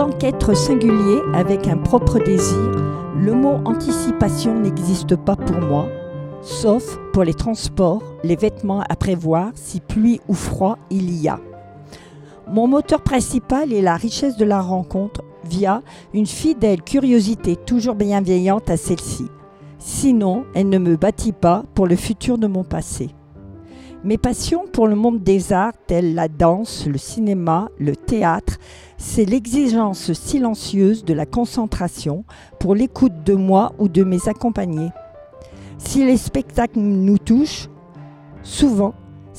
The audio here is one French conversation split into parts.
tant qu'être singulier avec un propre désir, le mot anticipation n'existe pas pour moi, sauf pour les transports, les vêtements à prévoir, si pluie ou froid il y a. Mon moteur principal est la richesse de la rencontre via une fidèle curiosité toujours bienveillante à celle-ci. Sinon, elle ne me bâtit pas pour le futur de mon passé. Mes passions pour le monde des arts, telles la danse, le cinéma, le théâtre, c'est l'exigence silencieuse de la concentration pour l'écoute de moi ou de mes accompagnés. Si le spectacle nous touche, souvent,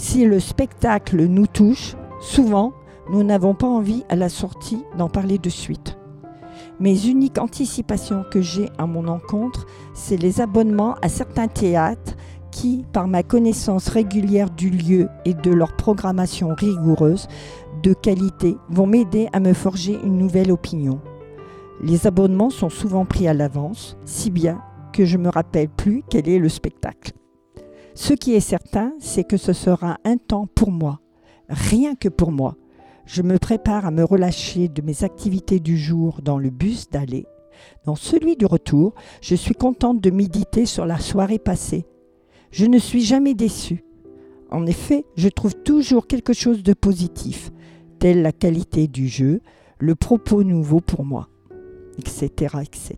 nous n'avons pas envie à la sortie d'en parler de suite. Mes uniques anticipations que j'ai à mon encontre, c'est les abonnements à certains théâtres qui, par ma connaissance régulière du lieu et de leur programmation rigoureuse, de qualité, vont m'aider à me forger une nouvelle opinion. Les abonnements sont souvent pris à l'avance, si bien que je ne me rappelle plus quel est le spectacle. Ce qui est certain, c'est que ce sera un temps pour moi, rien que pour moi. Je me prépare à me relâcher de mes activités du jour dans le bus d'aller. Dans celui du retour, je suis contente de méditer sur la soirée passée. Je ne suis jamais déçue. En effet, je trouve toujours quelque chose de positif, telle la qualité du jeu, le propos nouveau pour moi, etc., etc.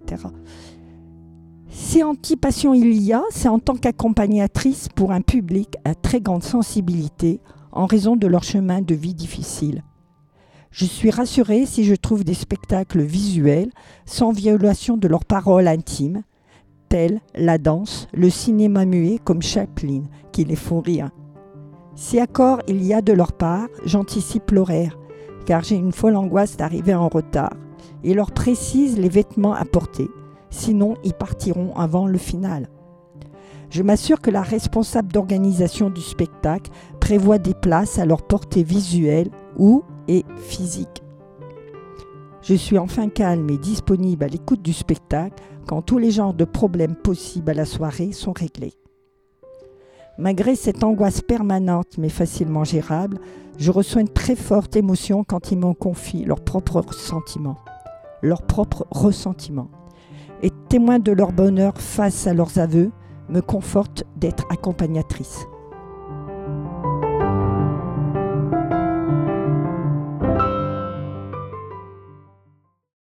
Si antipassion il y a, c'est en tant qu'accompagnatrice pour un public à très grande sensibilité en raison de leur chemin de vie difficile. Je suis rassurée si je trouve des spectacles visuels sans violation de leurs paroles intimes, tels la danse, le cinéma muet comme Chaplin, qui les font rire. Si accord il y a de leur part, j'anticipe l'horaire, car j'ai une folle angoisse d'arriver en retard, et leur précise les vêtements à porter, sinon ils partiront avant le final. Je m'assure que la responsable d'organisation du spectacle prévoit des places à leur portée visuelle ou et physique. Je suis enfin calme et disponible à l'écoute du spectacle quand tous les genres de problèmes possibles à la soirée sont réglés. Malgré cette angoisse permanente mais facilement gérable, je reçois une très forte émotion quand ils me confient leurs propres ressentiments. Et témoin de leur bonheur face à leurs aveux, me conforte d'être accompagnatrice.